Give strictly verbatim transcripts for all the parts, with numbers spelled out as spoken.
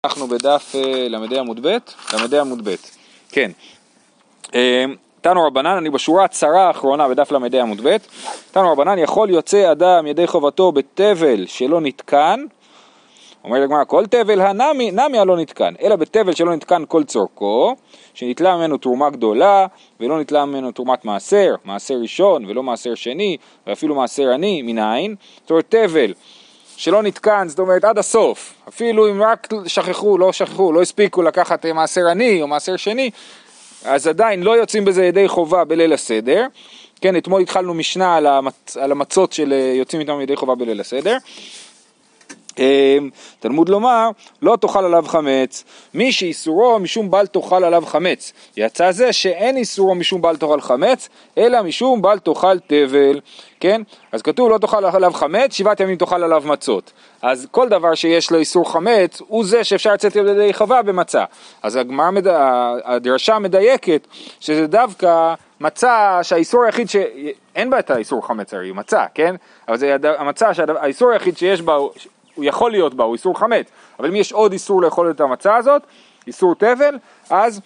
אנחנו בדף למדי עמוד ב', למדי עמוד ב', כן. תנו רבנן, אני בשורה הצרה האחרונה בדף למדי עמוד ב', תנו רבנן, יכול יוצא אדם ידי חובתו בתבל שלא נתקן, אומר לגמרא, כל תבל הנמי, נמי הלא נתקן, אלא בתבל שלא נתקן כל צורכו, שנתלה ממנו תרומה גדולה, ולא נתלה ממנו תרומת מעשר, מעשר ראשון ולא מעשר שני, ואפילו מעשר עני, מנין, זאת אומרת תבל, שלא נתקן, זאת אומרת עד הסוף, אפילו אם רק שכחו, לא שכחו, לא הספיקו לקחת מעשר עני או מעשר שני, אז עדיין לא יוצאים בזה ידי חובה בליל הסדר, כן, אתמול התחלנו משנה על, המצ... על המצות של יוצאים איתם ידי חובה בליל הסדר, תלמוד לומר, לא תאכל עליו חמץ, מי שאיסורו משום בל תאכל עליו חמץ, יצא זה שאין איסורו משום בל תאכל חמץ, אלא משום בל תאכל תבל, כן? אז כתוב לא תאכל עליו חמץ, שבעת ימים תאכל עליו מצות, אז כל דבר שיש לו איסור חמץ, הוא זה שאפשר לצאת ידי חובה במצה, אז הגמרא, הדרשה מדייקת, שזה דווקא מצה שהאיסור היחיד ש... אין בה את האיסור חמץ הרי, מצה, כן? אבל זה המצה שהאיסור היחיד שיש בה, הוא יכול להיות בה, הוא איסור חמץ, אבל אם יש עוד איסור לאכול את המצה הזאת, איסור תבל, אז,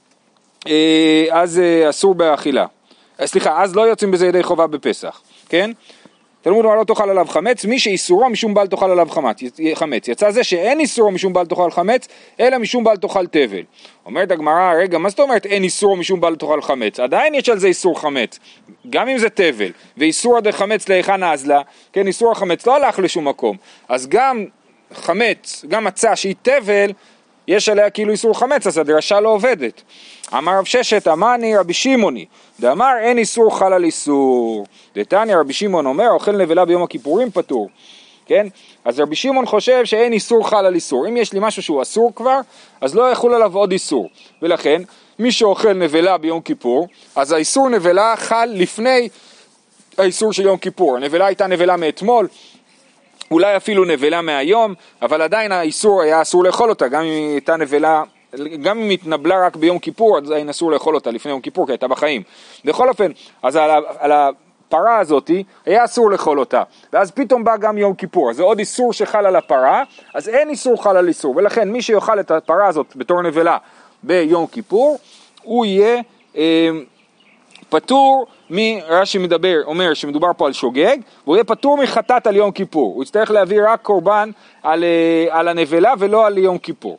אז אסור באכילה. סליחה, אז לא יוצאים בזה ידי חובה בפסח, כן? תלמוד לומר לא תאכל עליו חמץ, מי שאיסורו משום בל תאכל עליו חמץ. יצא זה שאין איסורו משום בל תאכל חמץ, אלא משום בל תאכל תבל. אומרת הגמרא, רגע, מה זאת אומרת אין איסורו משום בל תאכל חמץ? עדיין יש על זה איסור חמץ, גם אם זה תבל, ואיסור עד חמץ להיכן נזלה, כן, איסור החמץ לא הלך לשום מקום. אז גם חמץ, גם מצה שהיא תבל, יש עליה כאילו איסור חמץ, אז הדרשה לא עובדת. אמר רב ששת, אמני רבי שמעוני, דאמר אין איסור חל על איסור. דתניא רבי שמעון אומר, אוכל נבלה ביום הכיפורים פטור. כן? אז רבי שמעון חושב שאין איסור חל על איסור. אם יש לי משהו שהוא אסור כבר, אז לא יחול עליו עוד איסור. ולכן, מי שאוכל נבלה ביום כיפור, אז האיסור נבלה חל לפני האיסור של יום כיפור. הנבלה הייתה נבלה מאתמול, אולי אפילו נבלה מהיום, אבל עדיין האיסור היה אסור לאכול אותה, גם אם היא הייתה נבלה, גם אם היא התנבלה רק ביום כיפור, אז היה אסור לאכול אותה לפני יום כיפור, כי הייתה בחיים. בכל אופן, אז על, על הפרה הזאת היה אסור לאכול אותה, ואז פתאום בא גם יום כיפור, אז זה עוד איסור שחל על הפרה, אז אין איסור חל על איסור, ולכן מי שיאכל את הפרה הזאת בתור נבלה ביום כיפור, הוא יהיה אה, פטור מי רש"י מדבר, אומר שמדובר פה על שוגג, והוא יהיה פטור מחטאת על יום כיפור, הוא יצטרך להביא רק קורבן על, על הנבלה ולא על יום כיפור.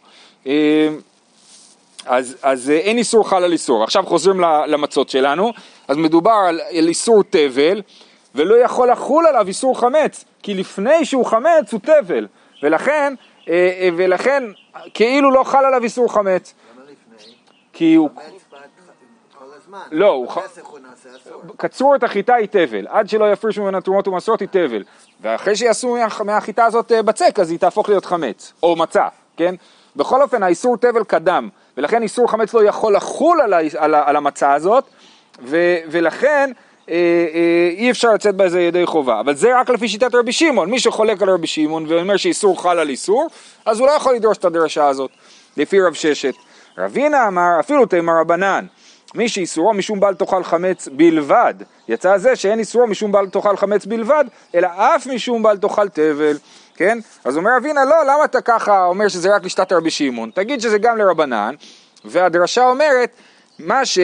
אז, אז אין איסור חל על איסור. עכשיו חוזרים למצות שלנו, אז מדובר על, על איסור תבל, ולא יכול לחול עליו איסור חמץ, כי לפני שהוא חמץ הוא תבל, ולכן, ולכן כאילו לא חל עליו איסור חמץ. למה לפני? כי הוא... לא, הוא ח... קצרו את החיטה היא תבל, עד שלא יפרישו ממנה תרומות ומסורת היא תבל, ואחרי שיעשו מהחיטה הזאת בצק, אז היא תהפוך להיות חמץ, או מצה, כן? בכל אופן, האיסור תבל קדם, ולכן איסור חמץ לא יכול לחול על, ה... על, ה... על המצה הזאת, ו... ולכן אה, אה, אי אפשר לצאת באיזה ידי חובה, אבל זה רק לפי שיטת רבי שמעון, מי שחולק על רבי שמעון ואומר שאיסור חל על איסור, אז הוא לא יכול לדרוש את הדרשה הזאת, לפי רב ששת. רבינה אמר, אפילו תאמר רבנן, מי שאיסורו משום בל תאכל חמץ בלבד, יצא זה שאין איסורו משום בל תאכל חמץ בלבד, אלא אף משום בל תאכל תבל, כן? אז אומר אבינה, לא, למה אתה ככה אומר שזה רק לשתת רבי שמעון? תגיד שזה גם לרבנן, והדרשה אומרת, מה ש...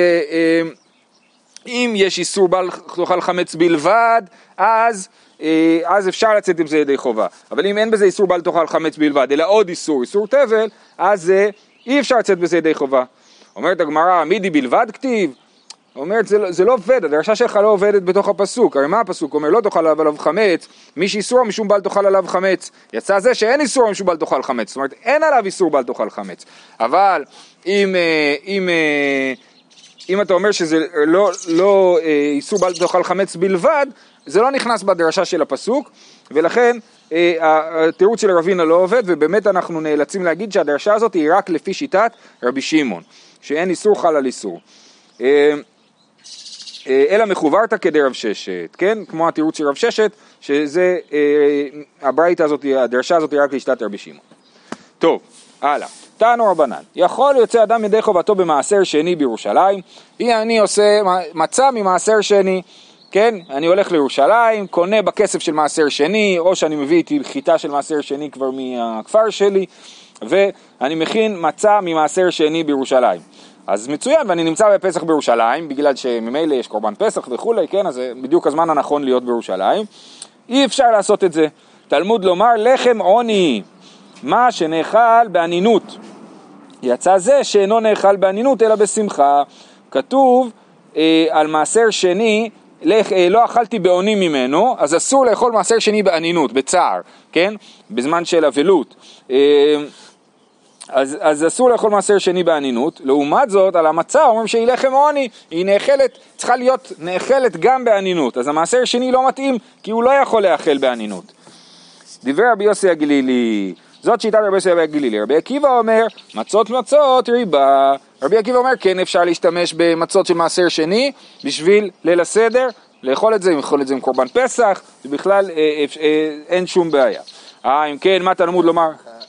אם יש איסור בל תאכל חמץ בלבד, אז, אז אפשר לצאת עם זה ידי חובה. אבל אם אין בזה איסור בל תאכל חמץ בלבד, אלא עוד איסור, איסור תבל, אז אי אפשר לצאת בזה ידי חובה. אומרת הגמרא, מידי בלבד כתיב? אומרת, זה, זה לא עובד, הדרשה שלך לא עובדת בתוך הפסוק. הרי מה הפסוק? אומר, לא תאכל עליו חמץ, מי שאיסור משום בל תאכל עליו חמץ. יצא זה שאין איסור משום בל תאכל חמץ. זאת אומרת, אין עליו איסור בל תאכל חמץ. אבל אם, אם, אם אתה אומר שזה לא, לא איסור בל תאכל חמץ בלבד, זה לא נכנס בדרשה של הפסוק, ולכן התירוץ של רבינה לא עובד, ובאמת אנחנו נאלצים להגיד שהדרשה הזאת היא רק לפי שיטת רבי שמעון. שאין איסור חל על איסור. אלא מחוברתא כדי רב ששת, כן? כמו התירוץ של רב ששת, שזה, הברייתא הזאת, הדרשה הזאת היא רק לשיטת רבי שמעון. טוב, הלאה. תנו רבנן, יכול יוצא אדם ידי חובתו במעשר שני בירושלים, הנה אני עושה מצה ממעשר שני, כן? אני הולך לירושלים, קונה בכסף של מעשר שני, או שאני מביא איתי חיטה של מעשר שני כבר מהכפר שלי, ואני מכין מצה ממעשר שני בירושלים. אז מצוין, ואני נמצא בפסח בירושלים, בגלל שממילא יש קורבן פסח וכולי, כן, אז זה בדיוק הזמן הנכון להיות בירושלים. אי אפשר לעשות את זה. תלמוד לומר לחם עוני, מה שנאכל בענינות. יצא זה שאינו נאכל בענינות אלא בשמחה. כתוב אה, על מעשר שני, לך, אה, לא אכלתי בעוני ממנו, אז אסור לאכול מעשר שני בענינות, בצער, כן? בזמן של אבלות. אה, אז, אז אסור לאכול מעשר שני בענינות. לעומת זאת, על המצה אומרים שהיא לחם עוני, היא נאכלת, צריכה להיות נאכלת גם בענינות. אז המעשר שני לא מתאים, כי הוא לא יכול לאכול בענינות. דיבר רבי יוסי הגלילי, זאת שיטת רבי יוסי הגלילי. רבי עקיבא אומר, מצות מצות ריבה. רבי עקיבא אומר, כן אפשר להשתמש במצות של מעשר שני, בשביל ליל הסדר, לאכול את זה, לאכול את זה עם קורבן פסח, ובכלל אה, אה, אה, אין שום בעיה. אה, אם כן, מה תלמוד לומר?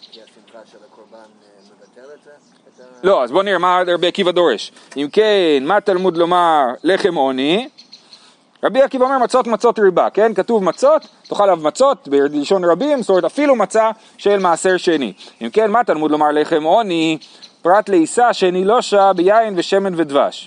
לא, אז בוא נראה מה רבי עקיבא דורש. אם כן, מה תלמוד לומר לחם עוני? רבי עקיבא אומר מצות מצות ריבה, כן? כתוב מצות, תאכל עליו מצות, בלשון רבים, זאת אומרת אפילו מצה של מעשר שני. אם כן, מה תלמוד לומר לחם עוני? פרט לעיסה שנילושה ביין ושמן ודבש.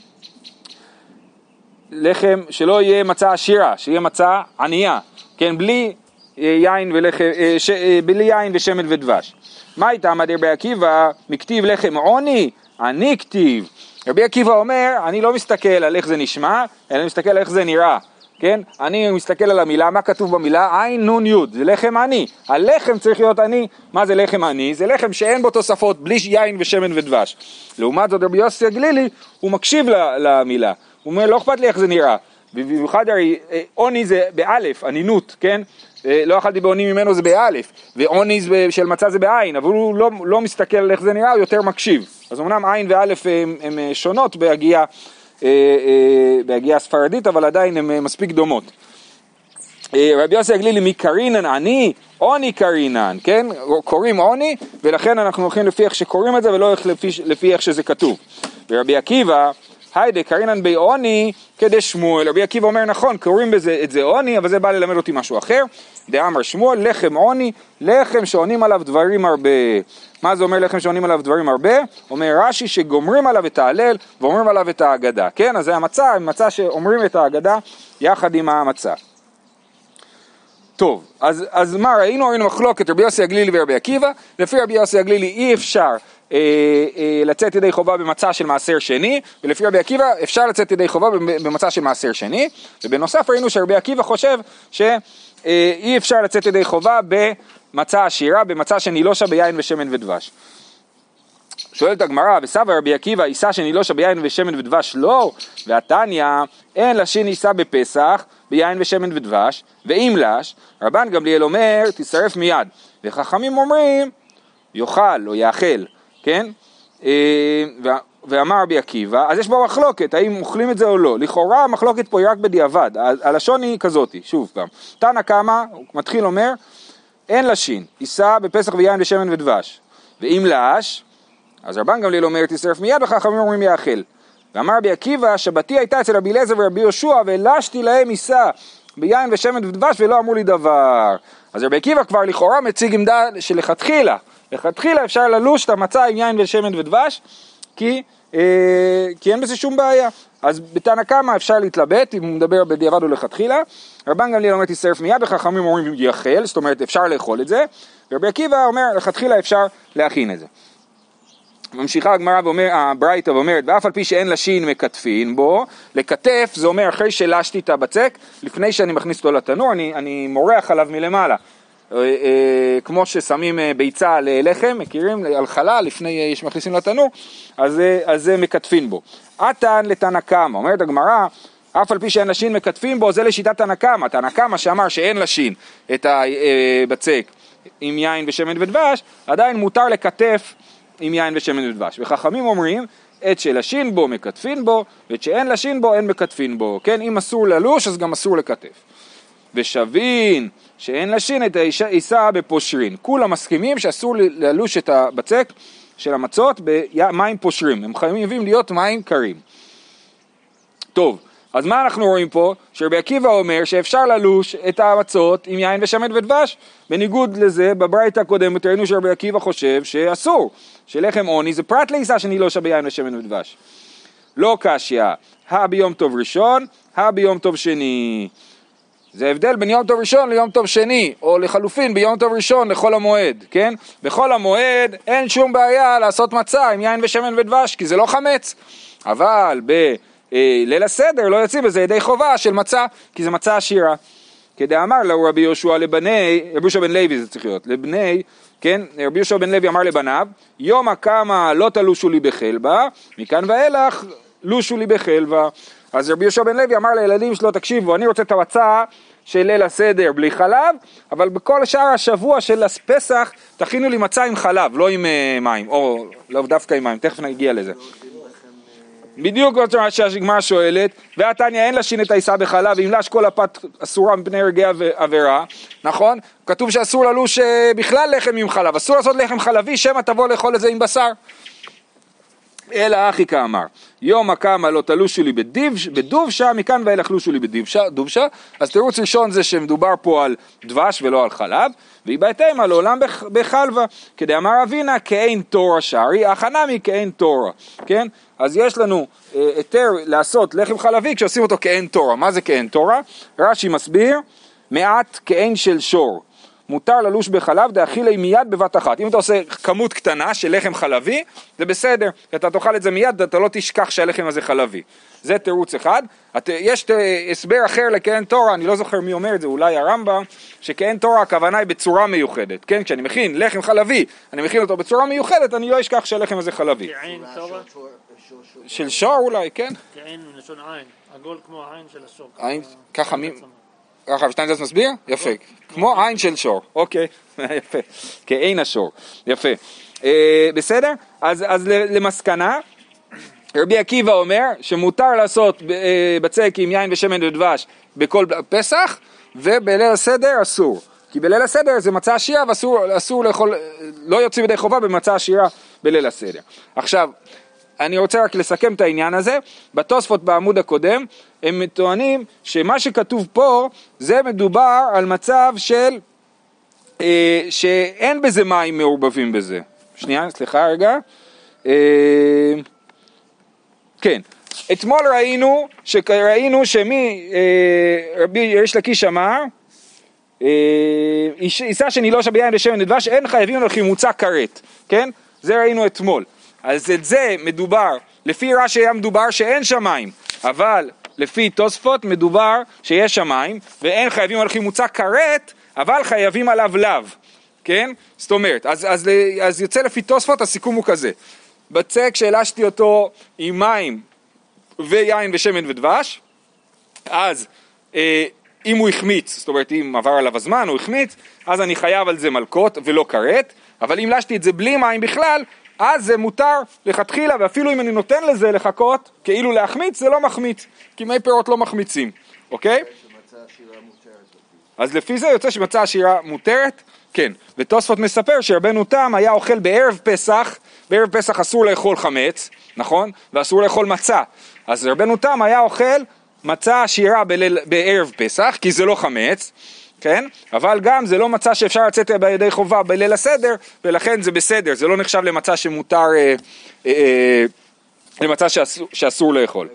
לחם שלא יהיה מצה עשירה, שיהיה מצה ענייה, כן? בלי יין ולחם, ש, בלי יין ושמן ודבש. מה הייתה אמר רבי עקיבא? מכתיב לחם עוני? אני כתיב. רבי עקיבא אומר, אני לא מסתכל על איך זה נשמע, אלא מסתכל על איך זה נראה, כן? אני מסתכל על המילה, מה כתוב במילה? עין נון יוד, זה לחם עני. הלחם צריך להיות עני. מה זה לחם עני? זה לחם שאין בו תוספות, בלי יין ושמן ודבש. לעומת זאת רבי יוסי הגלילי, הוא מקשיב למילה. הוא אומר, לא אכפת לי איך זה נראה. במיוחד הרי, עוני זה באלף, ענינות, כן? לא אכלתי בעוני ממנו זה באלף, ועוני של מצה זה בעין, אבל הוא לא, לא מסתכל על איך זה נראה, הוא יותר מקשיב. אז אמנם עין ואלף הן שונות בהגיעה, בהגיעה הספרדית, אבל עדיין הן מספיק דומות. רבי יוסי הגלילי, מי קרינן עני? עוני קרינן, כן? קוראים עוני, ולכן אנחנו הולכים לפי איך שקוראים את זה, ולא לפי, לפי איך שזה כתוב. ורבי עקיבא, היידה קרינן בי עוני כדי שמואל. רבי עקיבא אומר נכון, קוראים בזה, את זה עוני, אבל זה בא ללמד אותי משהו אחר. דאמר שמואל, לחם עוני, לחם שעונים עליו דברים הרבה. מה זה אומר לחם שעונים עליו דברים הרבה? אומר רש"י שגומרים עליו את ההלל ואומרים עליו את ההגדה. כן, אז זה המצה, המצה שאומרים את ההגדה יחד עם המצה. טוב, אז, אז מה ראינו? ראינו מחלוקת רבי יוסי הגלילי ורבי עקיבא. לפי רבי יוסי הגלילי אי אפשר אה, אה, לצאת ידי חובה במצה של מעשר שני, ולפי רבי עקיבא אפשר לצאת ידי חובה במצה של מעשר שני, ובנוסף ראינו שרבי עקיבא חושב שאי אפשר לצאת ידי חובה במצה עשירה, במצה שנילושה ביין ושמן ודבש. שואלת הגמרא, וסבא רבי עקיבא, עיסה שנילושה ביין ושמן ודבש לא, והתניא אין לשין עיסה בפסח ביין ושמן ודבש, ואם לש, רבן גמליאל אומר תשרף מיד, וחכמים אומרים יאכל או יאכל, כן? ואמר רבי עקיבא, אז יש בו מחלוקת, האם אוכלים את זה או לא. לכאורה המחלוקת פה היא רק בדיעבד, הלשון היא כזאת, שוב פעם. תנא קמא, הוא מתחיל אומר, אין לשין, עיסה בפסח ביין ושמן ודבש, ואם לש, אז רבן גמליאל אומר תשרף מיד, וחכמים אומרים יאכל. ואמר רבי עקיבא, שבתי הייתה אצל רבי אליעזר ורבי יהושע, והלשתי להם עיסה ביין ושמן ודבש, ולא אמרו לי דבר. אז רבי עקיבא כבר לכאורה מציג עמדה שלכתחילה, לכתחילה אפשר ללוש את המצה עם יין ושמן ודבש, כי, אה, כי אין בזה שום בעיה. אז בתנא קמא אפשר להתלבט, אם הוא מדבר בדיעבד או לכתחילה. רבן גמליאל אומר תשרף מיד, וחכמים אומרים יאכל, זאת אומרת אפשר לאכול את זה, ורבי עקיבא אומר לכתחילה אפשר להכין את זה. ממשיכה הגמרא ואומר, הברייתא ואומרת, ואף על פי שאין לשין מקטפין בו, לקטף זה אומר אחרי שלשתי את הבצק, לפני שאני מכניס אותו לתנור, אני, אני מורח עליו מלמעלה. אה, אה, כמו ששמים ביצה ללחם, מכירים, על חלה, לפני שמכניסים לתנור, אז, אז זה מקטפין בו. עתן לתנא קמא, אומרת הגמרא, אף על פי שאין לשין מקטפין בו, זה לשיטת תנא קמא. תנא קמא שאמר שאין לשין את הבצק עם יין ושמן ודבש, עדיין מותר לקטף עם יין ושמן ודבש. וחכמים אומרים, את שלשין בו מקטפין בו, ואת שאין לשין בו אין מקטפין בו. כן, אם אסור ללוש אז גם אסור לקטף. ושבין שאין לשין את העיסה בפושרין. כולם מסכימים שאסור ללוש את הבצק של המצות במים פושרים. הם חייבים להיות מים קרים. טוב, אז מה אנחנו רואים פה? שרבי עקיבא אומר שאפשר ללוש את המצות עם יין ושמן ודבש. בניגוד לזה, בברייתא הקודמת ראינו שרבי עקיבא חושב שאסור, שלחם עוני זה פרט לעיסה שנילושה ביין ושמן ודבש. לא קשיא, הא ביום טוב ראשון, הא ביום טוב שני. זה הבדל בין יום טוב ראשון ליום טוב שני, או לחלופין ביום טוב ראשון לחול המועד, כן? בחול המועד אין שום בעיה לעשות מצה עם יין ושמן ודבש, כי זה לא חמץ. אבל בליל הסדר לא יוצאים בזה ידי חובה של מצה, כי זה מצה עשירה. כדאמר לו רבי יהושע לבני, רבי יהושע בן לוי זה צריך להיות, לבני, כן? רבי יהושע בן לוי אמר לבניו, יום הקמה לא תלושו לי בחלבה, מכאן ואילך לושו לי בחלבה. אז רבי יהושע בן לוי אמר לילדים שלו, תקשיבו, אני רוצה את המצה של ליל הסדר בלי חלב, אבל בכל שאר השבוע של הפסח תכינו לי מצה עם חלב, לא עם uh, מים, או לא דווקא עם מים, תכף נגיע לזה. בדיוק מה שהגמרא שואלת, והתניא אין לשין את העיסה בחלב, אם לש כל הפת אסורה מפני רגעי עבירה, נכון? כתוב שאסור ללוש בכלל לחם עם חלב, אסור לעשות לחם חלבי, שמא תבוא לאכול את זה עם בשר. אלא אחי כאמר, יום הקמה לא תלושו לי בדובשה, מכאן ואילך לושו לי בדובשה. אז תירוץ ראשון זה שמדובר פה על דבש ולא על חלב, והיא בהתאם על עולם בחלבה, כדאמר אבינה כאין תורה שרי, הכנמי כאין תורה, כן? אז יש לנו היתר אה, לעשות לחם חלבי כשעושים אותו כאין תורה. מה זה כאין תורה? רש"י מסביר, מעט כאין של שור. מותר ללוש בחלב דאכילי מיד בבת אחת. אם אתה עושה כמות קטנה של לחם חלבי, זה בסדר, אתה תאכל את זה מיד, אתה לא תשכח שהלחם הזה חלבי. זה תירוץ אחד. את, יש הסבר אחר לכהן תורה, אני לא זוכר מי אומר את זה, אולי הרמב"ם, שכהן תורה הכוונה היא בצורה מיוחדת. כן, כשאני מכין לחם חלבי, אני מכין אותו בצורה מיוחדת, אני לא אשכח שהלחם הזה חלבי. כעין תורה? של שור אולי, כן? כעין מלשון עין, עגול כמו העין של השור. עין, ככה מי... רחב שטיינזרץ מסביר? יפה. כמו עין של שור. אוקיי, יפה. כעין השור. יפה. בסדר? אז למסקנה, רבי עקיבא אומר שמותר לעשות בצק עם יין ושמן ודבש בכל פסח, ובליל הסדר אסור. כי בליל הסדר זה מצה עשירה ואסור לאכול, לא יוצאים ידי חובה במצה עשירה בליל הסדר. עכשיו, אני רוצה רק לסכם את העניין הזה. בתוספות בעמוד הקודם הם טוענים שמה שכתוב פה זה מדובר על מצב של אה, שאין בזה מים מעורבבים בזה. שנייה, סליחה רגע. אה, כן, אתמול ראינו שראינו שמי אה, רבי יש לקיש אמר אה, עיסה שנילושה ביין ושמן ודבש אין חייבים לו חימוצה כרת, כן? זה ראינו אתמול. אז את זה מדובר, לפי רש"י היה מדובר שאין שמים, אבל לפי תוספות מדובר שיש שמים, ואין חייבים על חימוצה כרת, אבל חייבים עליו לאו, כן? זאת אומרת, אז, אז, אז יוצא לפי תוספות, הסיכום הוא כזה, בצק שהלשתי אותו עם מים ויין ושמן ודבש, אז אה, אם הוא החמיץ, זאת אומרת אם עבר עליו הזמן, הוא החמיץ, אז אני חייב על זה מלכות ולא כרת, אבל אם לשתי את זה בלי מים בכלל, אז זה מותר לכתחילה, ואפילו אם אני נותן לזה לחכות, כאילו להחמיץ, זה לא מחמיץ, כי מי פירות לא מחמיצים, אוקיי? אז לפי זה יוצא שמצה עשירה מותרת, כן, ותוספות מספר שרבנו תם היה אוכל בערב פסח, בערב פסח אסור לאכול חמץ, נכון? ואסור לאכול מצה, אז רבנו תם היה אוכל מצה עשירה בליל, בערב פסח, כי זה לא חמץ, כן? אבל גם זה לא מצה שאפשר לצאת בידי חובה בליל הסדר, ולכן זה בסדר, זה לא נחשב למצה שמותר, אה, אה, אה, למצה שאסור, שאסור לאכול.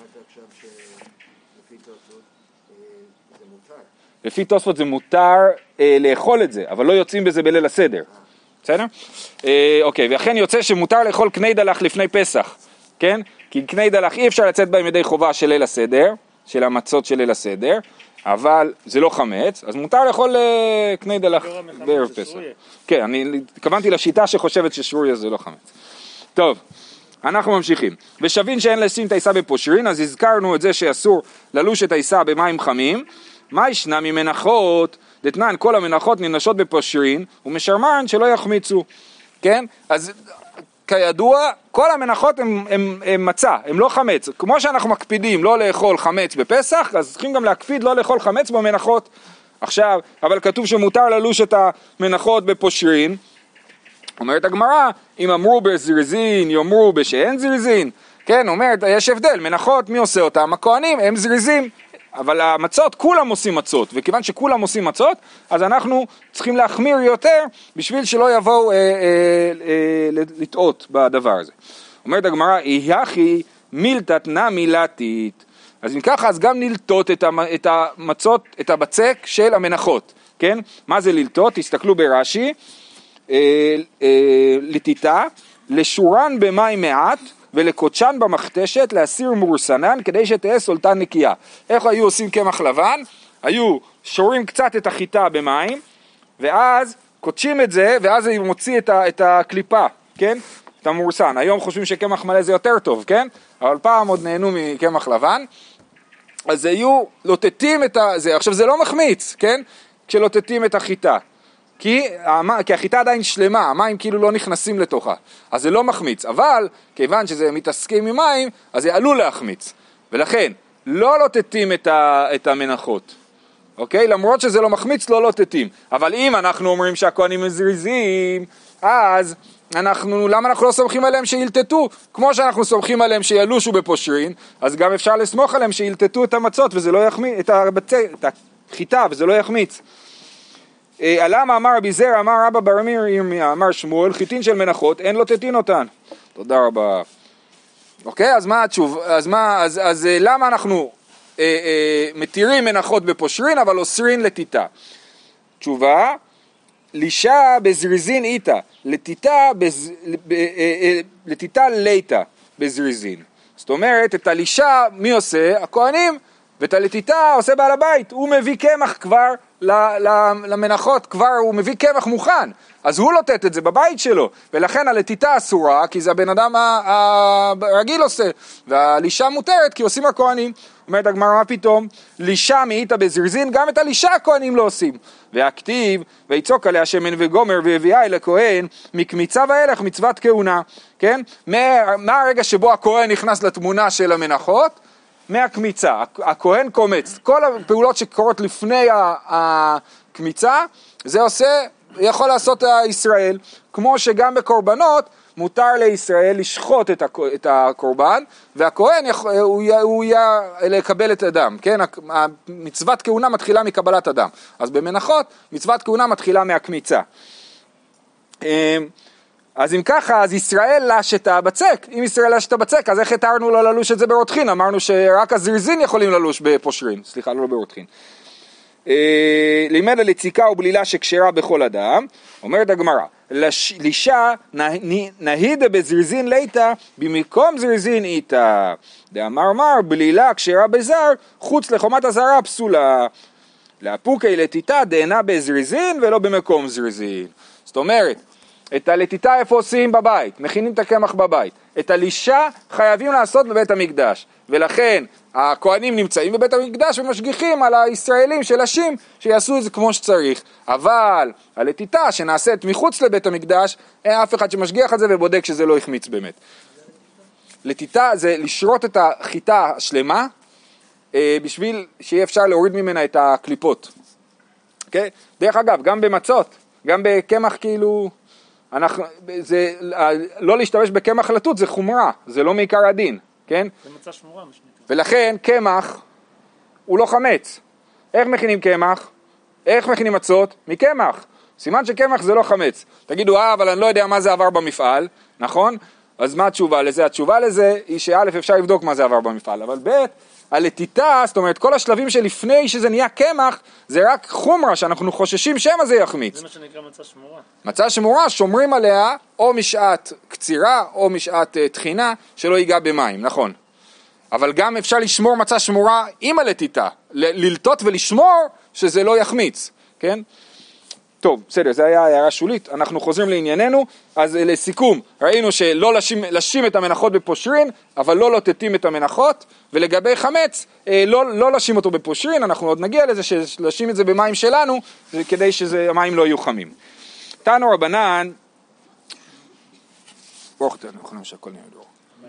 לפי תוספות זה מותר אה, לאכול את זה, אבל לא יוצאים בזה בליל הסדר. בסדר? אה, אוקיי, ואכן יוצא שמותר לאכול קני דלח לפני פסח, כן? כי קני דלח אי אפשר לצאת בהם ידי חובה של ליל הסדר, של המצות של ליל הסדר, אבל זה לא חמץ, אז מותר לאכול קני דלח בערב פסח. כן, אני התכוונתי לשיטה שחושבת ששרוריה זה לא חמץ. טוב, אנחנו ממשיכים. ושבין שאין לשים את העיסה בפושרין, אז הזכרנו את זה שאסור ללוש את העיסה במים חמים. מה ישנה ממנחות? דתנן, כל המנחות ננשות בפושרין, ומשרמן שלא יחמיצו. כן? אז כידוע, כל המנחות הם, הם, הם מצה, הם לא חמץ. כמו שאנחנו מקפידים לא לאכול חמץ בפסח, אז צריכים גם להקפיד לא לאכול חמץ במנחות. עכשיו, אבל כתוב שמותר ללוש את המנחות בפושרין. אומרת הגמרא, אם אמרו בזרזין, יאמרו בשאין זרזין. כן, אומרת, יש הבדל, מנחות, מי עושה אותם? הכהנים, הם זריזים, אבל המצות, כולם עושים מצות, וכיוון שכולם עושים מצות, אז אנחנו צריכים להחמיר יותר, בשביל שלא יבואו אה, אה, אה, לטעות בדבר הזה. אומרת הגמרא, יחי מילתת נא מילתית, אז אם ככה, אז גם ללטות את, המ, את המצות, את הבצק של המנחות, כן? מה זה ללטות? תסתכלו ברש"י, אה, אה, לטיטה, לשורן במים מעט, ולקודשן במכתשת, להסיר מורסנן, כדי שתהיה סולטן נקייה. איך היו עושים קמח לבן? היו שורים קצת את החיטה במים, ואז קודשים את זה, ואז הוא מוציא את, ה, את הקליפה, כן? את המורסן. היום חושבים שקמח מלא זה יותר טוב, כן? אבל פעם עוד נהנו מקמח לבן. אז היו לוטטים את זה. עכשיו זה לא מחמיץ, כן? כשלוטטים את החיטה. כי, כי החיטה עדיין שלמה, המים כאילו לא נכנסים לתוכה, אז זה לא מחמיץ, אבל כיוון שזה מתעסקים עם מים, אז זה עלול להחמיץ, ולכן לא לוטטים את, ה, את המנחות, אוקיי? למרות שזה לא מחמיץ, לא לוטטים, אבל אם אנחנו אומרים שהכהנים מזריזים, אז אנחנו, למה אנחנו לא סומכים עליהם שילטטו? כמו שאנחנו סומכים עליהם שילושו בפושרין, אז גם אפשר לסמוך עליהם שילטטו את המצות, וזה לא יחמיץ, את, הבצ... את החיטה, וזה לא יחמיץ. למה אמר רבי זרע, אמר רבא בר ירמיה, אמר שמואל, חיטין של מנחות, אין לו תטין אותן. תודה רבה. אוקיי, אז מה התשוב? אז מה, אז, אז למה אנחנו אה, אה, מתירים מנחות בפושרין, אבל אוסרין לטיטה? תשובה, לישה בזריזין איתה, לטיטה, בז, ב, אה, אה, לטיטה ליתה בזריזין. זאת אומרת, את הלישה, מי עושה? הכהנים, ואת הלטיטה עושה בעל הבית, הוא מביא קמח כבר למנחות, כבר הוא מביא קמח מוכן, אז הוא לוטט את זה בבית שלו, ולכן הלטיטה אסורה, כי זה הבן אדם הרגיל עושה, והלישה מותרת, כי עושים הכהנים. אומרת הגמרא, מה פתאום? לישה מאיתה בזרזין, גם את הלישה הכהנים לא עושים. והכתיב, ויצוק עליה שמן וגומר והביאה אל הכהן, מקמיצה ואילך מצוות כהונה, כן? מה, מה הרגע שבו הכהן נכנס לתמונה של המנחות? מהקמיצה, הכהן קומץ, כל הפעולות שקורות לפני הקמיצה, זה עושה, יכול לעשות ישראל, כמו שגם בקורבנות, מותר לישראל לשחוט את הקורבן, והכהן הוא יהיה לקבל את הדם, כן? מצוות כהונה מתחילה מקבלת הדם, אז במנחות מצוות כהונה מתחילה מהקמיצה. אז אם ככה, אז ישראל לש את הבצק. אם ישראל לש את הבצק, אז איך התארנו לו ללוש את זה ברותחין? אמרנו שרק הזרזין יכולים ללוש בפושרין. סליחה, לא ברותחין. אה, לימד על יציקה ובלילה שקשרה בכל אדם. אומרת הגמרא, לישה נהידה בזרזין ליתה, במקום זרזין איתה. דאמר מר, בלילה קשרה בזר, חוץ לחומת הזרה פסולה. לאפוקי לטיטה דהנה בזרזין ולא במקום זרזין. זאת אומרת, את הלטיטה איפה עושים בבית, מכינים את הקמח בבית. את הלישה חייבים לעשות בבית המקדש, ולכן הכהנים נמצאים בבית המקדש ומשגיחים על הישראלים של השים שיעשו את זה כמו שצריך. אבל הלטיטה שנעשית מחוץ לבית המקדש, אין אף אחד שמשגיח על זה ובודק שזה לא יחמיץ באמת. לטיטה זה לשרות את החיטה השלמה, בשביל שיהיה אפשר להוריד ממנה את הקליפות. Okay? דרך אגב, גם במצות, גם בקמח כאילו... אנחנו, זה, לא להשתמש בקמח לטות זה חומרה, זה לא מעיקר הדין, כן? זה מצה שמורה משנית. ולכן קמח הוא לא חמץ. איך מכינים קמח? איך מכינים מצות? מקמח. סימן שקמח זה לא חמץ. תגידו, אה, אבל אני לא יודע מה זה עבר במפעל, נכון? אז מה התשובה לזה? התשובה לזה היא שא' אפשר לבדוק מה זה עבר במפעל, אבל ב' הלטיטה, זאת אומרת, כל השלבים שלפני שזה נהיה קמח, זה רק חומרה שאנחנו חוששים שמה זה יחמיץ. זה מה שנקרא מצה שמורה. מצה שמורה, שומרים עליה או משעת קצירה או משעת uh, תחינה, שלא ייגע במים, נכון. אבל גם אפשר לשמור מצה שמורה עם הלטיטה, ל- ללטות ולשמור שזה לא יחמיץ, כן? טוב, בסדר, זה היה הערה שולית, אנחנו חוזרים לענייננו, אז לסיכום, ראינו שלא לשים, לשים את המנחות בפושרין, אבל לא לוטטים את המנחות, ולגבי חמץ, לא, לא לשים אותו בפושרין, אנחנו עוד נגיע לזה, שלשים את זה במים שלנו, כדי שהמים לא יהיו חמים. תנו רבנן, ברוך תנו, יכולים שהכל נהיה דור.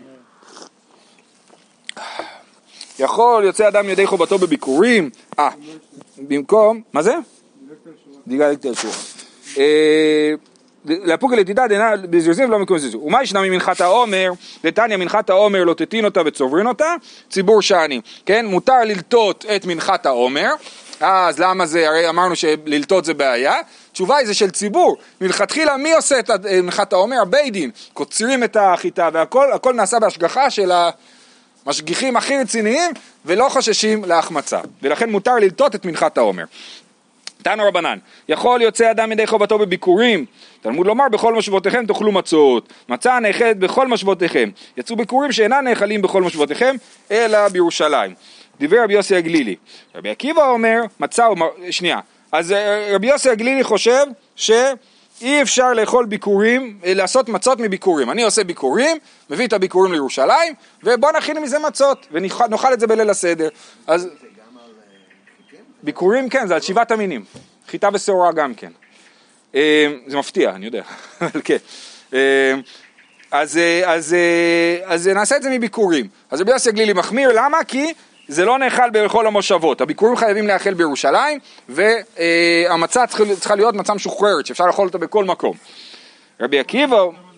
יכול, יוצא אדם ידי חובתו בביקורים, אה, במקום, מה זה? דילגתי על שורה. לאפוקי לטידה דנה בזרזים ולא מקומזזו. ומה ישנה ממנחת העומר? דתניא מנחת העומר לא תטין אותה וצוברין אותה, ציבור שעני. כן, מותר ללטות את מנחת העומר, אז למה זה? הרי אמרנו שללטות זה בעיה. תשובה היא זה של ציבור. מלכתחילה מי עושה את מנחת העומר? הבית דין. קוצרים את החיטה והכל, הכל נעשה בהשגחה של המשגיחים הכי רציניים ולא חוששים להחמצה. ולכן מותר ללטות את מנחת העומר. תנו רבנן, יכול יוצא אדם ידי חובתו בביקורים, תלמוד לומר בכל משבותיכם תאכלו מצות, מצה נאכלת בכל משבותיכם, יצאו ביקורים שאינם נאכלים בכל משבותיכם, אלא בירושלים. דיבר רבי יוסי הגלילי, רבי עקיבא אומר, מצה, שנייה, אז רבי יוסי הגלילי חושב שאי אפשר לאכול ביקורים, לעשות מצות מביקורים, אני עושה ביקורים, מביא את הביקורים לירושלים, ובוא נכין מזה מצות, ונאכל את זה בליל הסדר, אז... ביקורים כן, זה על שבעת המינים, חיטה ושעורה גם כן, זה מפתיע, אני יודע, אבל כן, אז, אז, אז נעשה את זה מביקורים, אז רבי יוסי הגלילי מחמיר, למה? כי זה לא נאכל בכל המושבות, הביקורים חייבים לאכול בירושלים, והמצה צריכה להיות מצה משוחררת, שאפשר לאכול אותה בכל מקום. רבי עקיבא,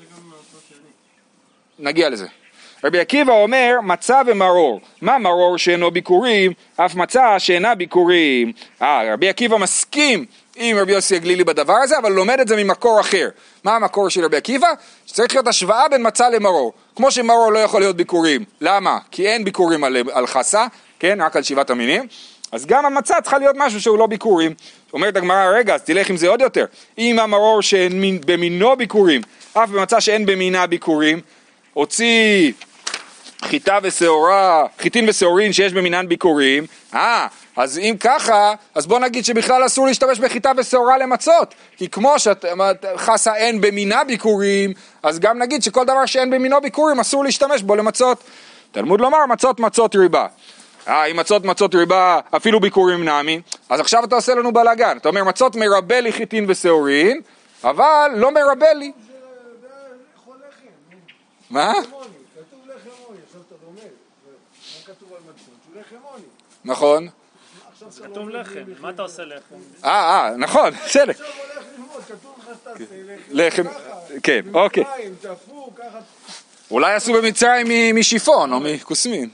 נגיע לזה. רבי עקיבא אומר מצה ומרור, מה מרור שאינו ביקורים, אף מצה שאינה ביקורים. אה, רבי עקיבא מסכים עם רבי יוסי הגלילי בדבר הזה, אבל לומד את זה ממקור אחר. מה המקור של רבי עקיבא? שצריך להיות השוואה בין מצה למרור. כמו שמרור לא יכול להיות ביקורים. למה? כי אין ביקורים על, על חסה, כן? רק על שבעת המינים. אז גם המצה צריכה להיות משהו שהוא לא ביקורים. אומרת הגמרא, רגע, אז תלך עם זה עוד יותר. אם המרור שאין במינו ביקורים, אף במצה שאין במינה ביקורים, הוציא חיטה ושעורה, חיטין ושעורין שיש במינן ביקורים, אה, אז אם ככה, אז בוא נגיד שבכלל אסור להשתמש בחיטה ושעורה למצות, כי כמו שחסה אין במינה ביקורים, אז גם נגיד שכל דבר שאין במינו ביקורים אסור להשתמש בו למצות. תלמוד לומר מצות מצות ריבה. אה, אם מצות מצות ריבה אפילו ביקורים נעמי, אז עכשיו אתה עושה לנו בלגן, אתה אומר מצות מרבה לי חיטין ושעורין, אבל לא מרבה לי. מה? נכון. זה כתוב לחם, מה אתה עושה לחם? אה, אה, נכון, בסדר. עכשיו הולך ללמוד, כתוב לך שתעשה לחם. לחם, כן, אוקיי. אולי עשו במצרים משיפון או מקוסמין.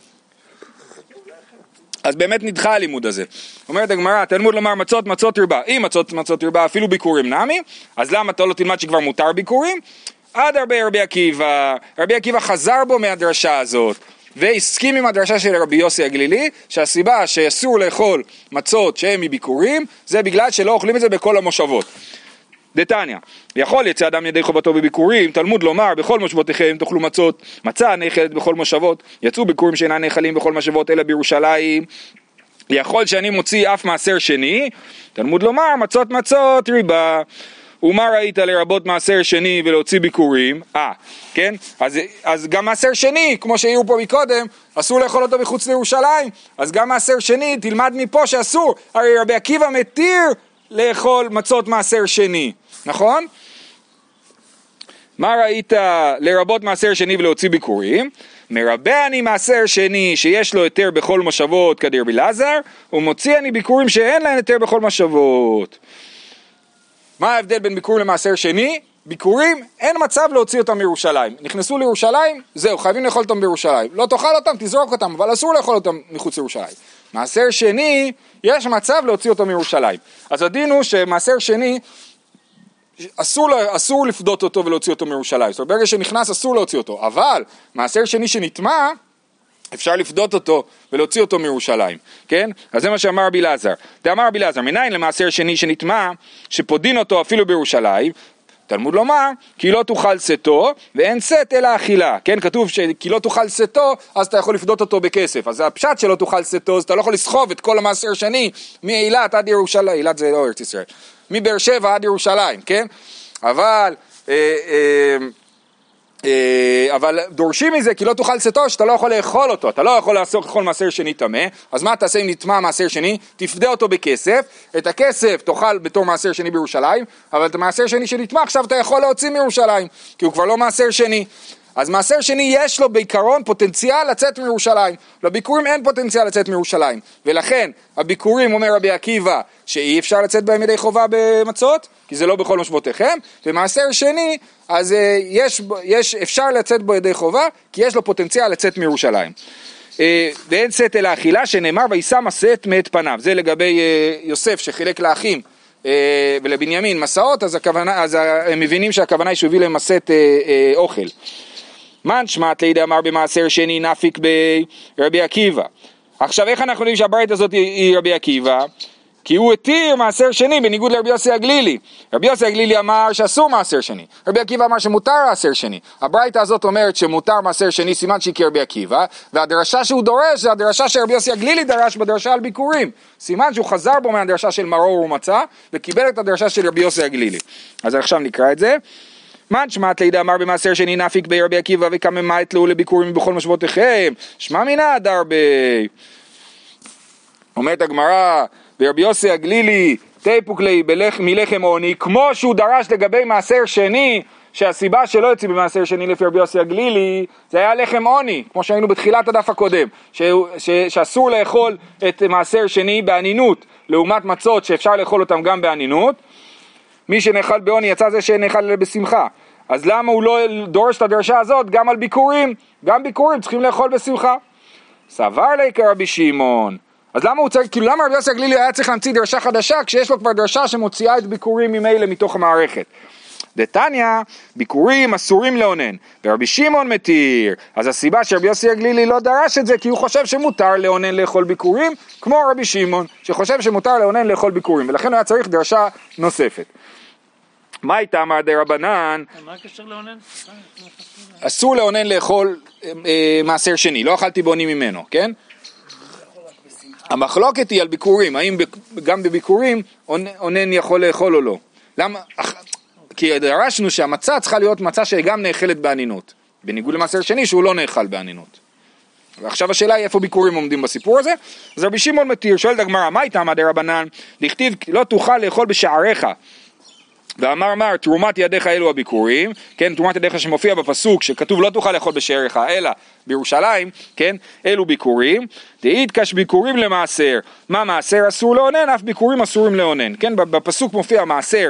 אז באמת נדחה הלימוד הזה. אומרת הגמרא, תלמוד לומר מצות מצות רבה. אם מצות מצות רבה אפילו ביקורים נמי, אז למה אתה לא תלמד שכבר מותר ביקורים? עד הרבה רבי עקיבא, רבי עקיבא חזר בו מהדרשה הזאת. והסכים עם הדרשה של רבי יוסי הגלילי, שהסיבה שאסור לאכול מצות שהן מביקורים, זה בגלל שלא אוכלים את זה בכל המושבות. דתניא, יכול יצא אדם ידי חובתו בביקורים, תלמוד לומר, בכל מושבותיכם תאכלו מצות, מצה נאכלת בכל מושבות, יצאו ביקורים שאינם נאכלים בכל מושבות, אלא בירושלים. יכול שאני מוציא אף מעשר שני, תלמוד לומר, מצות מצות ריבה. ומה ראית לרבות מעשר שני ולהוציא ביקורים? אה, כן? אז, אז גם מעשר שני, כמו שהיו פה מקודם, אסור לאכול אותו מחוץ לירושלים, אז גם מעשר שני, תלמד מפה שאסור, הרי רבי עקיבא מתיר לאכול מצות מעשר שני, נכון? מה ראית לרבות מעשר שני ולהוציא ביקורים? מרבה אני מעשר שני שיש לו יותר בכל מושבות כדיר בלעזר, ומוציא אני ביקורים שאין להם יותר בכל מושבות. מה ההבדל בין ביקור למעשר שני? ביקורים, אין מצב להוציא אותם מירושלים. נכנסו לירושלים, זהו, חייבים לאכול אותם בירושלים. לא תאכל אותם, תזרוק אותם, אבל אסור לאכול אותם מחוץ לירושלים. מעשר שני, יש מצב להוציא אותם מירושלים. אז הדין הוא שמעשר שני, אסור, אסור לפדות אותו ולהוציא אותו מירושלים. זאת אומרת, ברגע שנכנס אסור להוציא אותו. אבל מעשר שני שנטמע, אפשר לפדות אותו ולהוציא אותו מירושלים, כן? אז זה מה שאמר רבי אלעזר. דאמר רבי אלעזר, מניין למעשר שני שנטמע, שפודין אותו אפילו בירושלים, תלמוד לומר, כי לא תאכל סתו, ואין סת אלא אכילה, כן? כתוב שכי לא תאכל סתו, אז אתה יכול לפדות אותו בכסף, אז הפשט שלא תאכל סתו, אז אתה לא יכול לסחוב את כל המעשר שני, מאילת עד ירושלים, אילת זה לא ארץ ישראל, מבאר שבע עד ירושלים, כן? אבל... אה, אה, אבל דורשים מזה כי לא תאכל סתו שאתה לא יכול לאכול אותו, אתה לא יכול לאכול מעשר שני טמא, אז מה תעשה אם נטמע מעשר שני? תפדה אותו בכסף, את הכסף תאכל בתור מעשר שני בירושלים, אבל את המעשר שני שנטמע עכשיו אתה יכול להוציא מירושלים, כי הוא כבר לא מעשר שני. אז מעשר שני יש לו בעיקרון פוטנציאל לצאת מירושלים, לביקורים אין פוטנציאל לצאת מירושלים, ולכן הביקורים אומר רבי עקיבא שאי אפשר לצאת בהם ידי חובה במצות, כי זה לא בכל מושבותיכם, ומעשר שני אז יש, יש, אפשר לצאת בו ידי חובה, כי יש לו פוטנציאל לצאת מירושלים. ואין שאת אל האכילה שנאמר וישא משאת מאת פניו, זה לגבי יוסף שחילק לאחים ולבנימין מסעות, אז, הכוונה, אז הם מבינים שהכוונה היא שהוא הביא להם משאת אוכל. מן שמעת לידי אמר במעשר שני נפיק ברבי עקיבא. עכשיו איך אנחנו יודעים שהברית הזאת היא רבי עקיבא? כי הוא התיר מעשר שני בניגוד לרבי יוסי הגלילי. רבי יוסי הגלילי אמר שאסור מעשר שני, רבי עקיבא אמר שמותר מעשר שני. הברית הזאת אומרת שמותר מעשר שני, סימן שהיא כרבי עקיבא, והדרשה שהוא דורש זה הדרשה שרבי יוסי הגלילי דרש בדרשה על ביקורים, סימן שהוא חזר בו מהדרשה של מרור ומצה וקיבל את הדרשה של רבי יוסי הגלילי. אז עכשיו נקרא את זה. מן שמעת לידי אמר במעשר שני נפיק ברבי עקיבא וכמה את לו לביקורים בכל משבותיכם, שמע מינה הדר ב... אומרת הגמרא ורבי יוסי הגלילי תיפוק לי מלחם עוני, כמו שהוא דרש לגבי מעשר שני, שהסיבה שלא יוציא במעשר שני לפי רבי יוסי הגלילי זה היה לחם עוני, כמו שהיינו בתחילת הדף הקודם, ש, ש, שאסור לאכול את מעשר שני בענינות לעומת מצות שאפשר לאכול אותם גם בענינות. מי שנאכל בעוני יצא זה שנאכל בשמחה. אז למה הוא לא דורש את הדרשה הזאת גם על ביקורים? גם ביקורים צריכים לאכול בשמחה. סבר לי כרבי שמעון. אז למה הוא צריך, כאילו למה רבי יוסי הגלילי היה צריך להמציא דרשה חדשה כשיש לו כבר דרשה שמוציאה את ביקורים ממילא מתוך המערכת? דתניא, ביקורים אסורים לאונן, ורבי שמעון מתיר. אז הסיבה שרבי יוסי הגלילי לא דרש את זה כי הוא חושב שמותר לאונן לאכול ביקורים, כמו רבי שמעון שחושב שמותר לאונן לאכול ביקורים, ולכן הוא היה צריך דרשה נוספת. מה הייתה אמר דרבנן? מה הקשר לאונן? אסור לאונן לאכול אה, מעשר שני, לא אכלתי בעוני ממנו, כן? המחלוקת היא על ביקורים, האם גם בביקורים אונן יכול לאכול או לא. למה? כי דרשנו שהמצה צריכה להיות מצה שגם נאכלת בענינות, בניגוד למעשר שני שהוא לא נאכל בענינות. ועכשיו השאלה היא איפה ביקורים עומדים בסיפור הזה. אז רבי שמעון מתיר, שואלת הגמרא, מה הייתה אמר דרבנן? דכתיב לא תוכל לאכול בשעריך. ואמר מר, תרומת ידיך אלו הביקורים, כן, תרומת ידיך שמופיע בפסוק, שכתוב לא תוכל לאכול בשעריך, אלא בירושלים, כן, אלו ביקורים, דאיתקש ביקורים למעשר, מה מעשר אסור לאונן, אף ביקורים אסורים לאונן, כן, בפסוק מופיע מעשר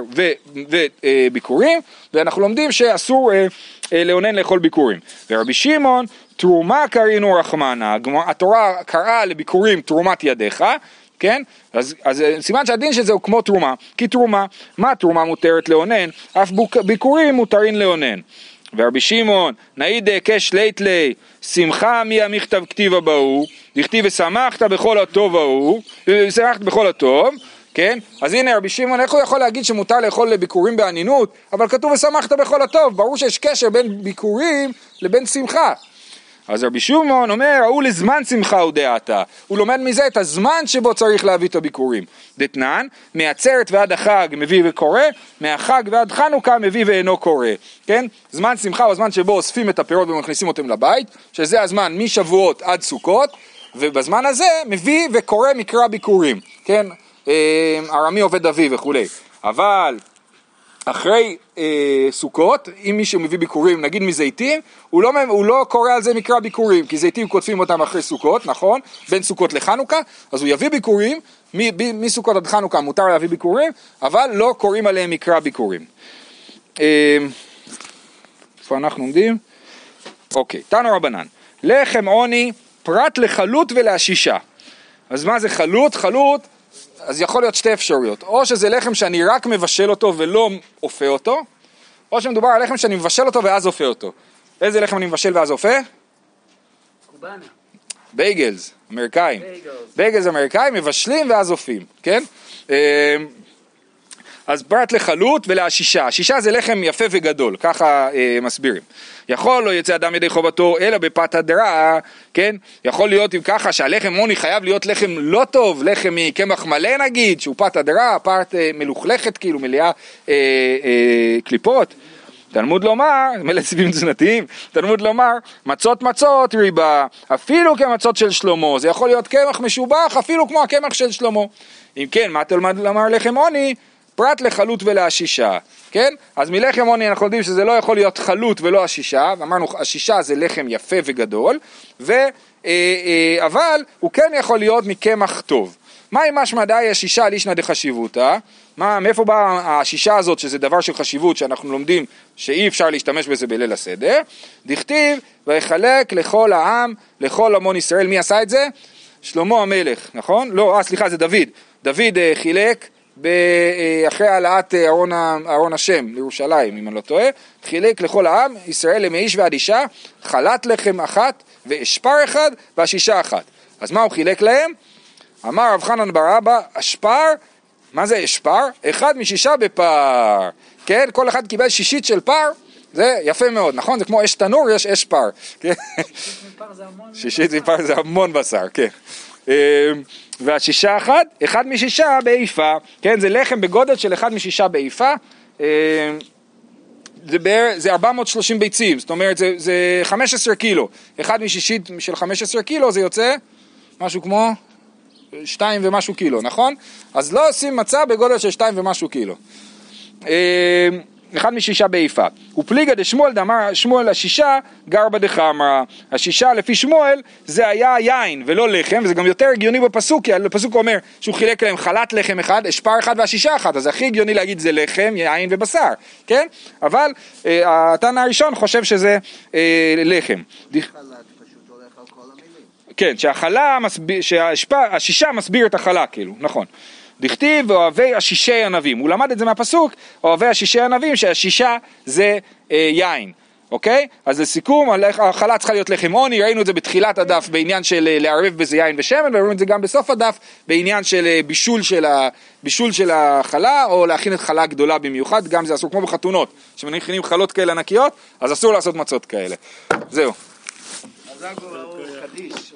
וביקורים, ואנחנו לומדים שאסור אה, אה, לאונן לאכול ביקורים. ורבי שמעון, תרומה קרינו רחמנה, התורה קראה לביקורים תרומת ידיך, כן? אז, אז סימן שהדין שזה הוא כמו תרומה, כי תרומה, מה תרומה מותרת לאונן? אף ביקורים מותרים לאונן. ורבי שמעון, נעיד קש לית לי, שמחה מי המכתב כתיב הבאו, דכתיב ושמחת בכל הטוב ההוא, ושמחת בכל הטוב, כן? אז הנה רבי שמעון, איך הוא יכול להגיד שמותר לאכול לביקורים בענינות, אבל כתוב ושמחת בכל הטוב, ברור שיש קשר בין ביקורים לבין שמחה. אז רבי שמעון אומר, הוא לזמן שמחה הוא דעתה, הוא לומד מזה את הזמן שבו צריך להביא את הביקורים. דתנן, מעצרת ועד החג מביא וקורא, מהחג ועד חנוכה מביא ואינו קורא. כן? זמן שמחה הוא הזמן שבו אוספים את הפירות ומכניסים אותם לבית, שזה הזמן משבועות עד סוכות, ובזמן הזה מביא וקורא מקרא ביקורים. כן? ארמי עובד אבי וכו'. אבל אחרי אה, סוכות, אם מישהו מביא ביקורים, נגיד מזיתים, הוא לא, הוא לא קורא על זה מקרא ביקורים, כי זיתים כותבים אותם אחרי סוכות, נכון? בין סוכות לחנוכה, אז הוא יביא ביקורים, מ, מסוכות עד חנוכה מותר להביא ביקורים, אבל לא קוראים עליהם מקרא ביקורים. אה, איפה אנחנו עומדים? אוקיי, תנו רבנן. לחם עוני, פרט לחלות ולהשישה. אז מה זה חלות? חלות, אז יכול להיות שתי אפשרויות, או שזה לחם שאני רק מבשל אותו ולא אופה אותו, או שמדובר על לחם שאני מבשל אותו ואז אופה אותו. איזה לחם אני מבשל ואז אופה? קובאנה. בייגלס, אמריקאים. בייגלס אמריקאים מבשלים ואז אופים, כן? אז פרט לחלות ולהשישה. השישה זה לחם יפה וגדול, ככה אה, מסבירים. יכול לא יצא אדם ידי חובתו אלא בפת הדרה, כן? יכול להיות אם ככה שהלחם עוני חייב להיות לחם לא טוב, לחם מקמח מלא נגיד, שהוא פת הדרה, פת אה, מלוכלכת כאילו, מלאה אה, אה, קליפות. תלמוד לומר, מלא סיבים תזונתיים, תלמוד לומר, מצות מצות ריבה, אפילו כמצות של שלמה, זה יכול להיות קמח משובח, אפילו כמו הקמח של שלמה. אם כן, מה תלמד לומר לחם עוני? פרט לחלות ולעשישה, כן? אז מלחם עוני אנחנו יודעים שזה לא יכול להיות חלות ולא עשישה, ואמרנו השישה זה לחם יפה וגדול, ו, אבל הוא כן יכול להיות מקמח טוב. מה אם משמע דאי השישה לישנא דחשיבותא? מה, מאיפה באה השישה הזאת שזה דבר של חשיבות שאנחנו לומדים שאי אפשר להשתמש בזה בליל הסדר? דכתיב ויחלק לכל העם, לכל המון ישראל. מי עשה את זה? שלמה המלך, נכון? לא, אה, סליחה, זה דוד. דוד אה, חילק ב, אה, אחרי העלאת אה, ארון, ארון השם לירושלים, אם אני לא טועה, חילק לכל העם, ישראל למאיש ועד אישה, חלת לחם אחת ואשפר אחד והשישה אחת. אז מה הוא חילק להם? אמר רב חנן בר אבא, אשפר, מה זה אשפר? אחד משישה בפר, כן? כל אחד קיבל שישית של פר, זה יפה מאוד, נכון? זה כמו אש תנור, יש אש פר, כן? שישית מפר זה המון בשר, כן. והשישה אחת, אחד משישה באיפה, כן? זה לחם בגודל של אחד משישה באיפה, זה, בער, זה ארבע מאות ושלושים ביצים, זאת אומרת זה, זה חמש עשרה קילו, אחד משישית של חמש עשרה קילו זה יוצא משהו כמו שתיים ומשהו קילו, נכון? אז לא עושים מצה בגודל של שתיים ומשהו קילו. אחד משישה באיפה. ופליגה דשמואל דאמר שמואל השישה גרבא דחמרא. השישה לפי שמואל זה היה יין ולא לחם, וזה גם יותר הגיוני בפסוק, כי הפסוק אומר שהוא חילק להם חלת לחם אחד, אשפר אחד והשישה אחת, אז הכי הגיוני להגיד זה לחם, יין ובשר, כן? אבל אה, התנא הראשון חושב שזה אה, לחם. כן, שהחלה, שהשישה מסביר את החלה, כאילו, נכון. דכתיב ואוהבי השישי ענבים, הוא למד את זה מהפסוק, אוהבי השישי ענבים, שהשישה זה אה, יין, אוקיי? אז לסיכום, החלה צריכה להיות לחם עוני, ראינו את זה בתחילת הדף בעניין של אה, לערב בזה יין ושמן, וראינו את זה גם בסוף הדף בעניין של אה, בישול, של ה, בישול של החלה, או להכין את חלה גדולה במיוחד, גם זה אסור כמו בחתונות, שמכינים חלות כאלה ענקיות, אז אסור לעשות מצות כאלה. זהו.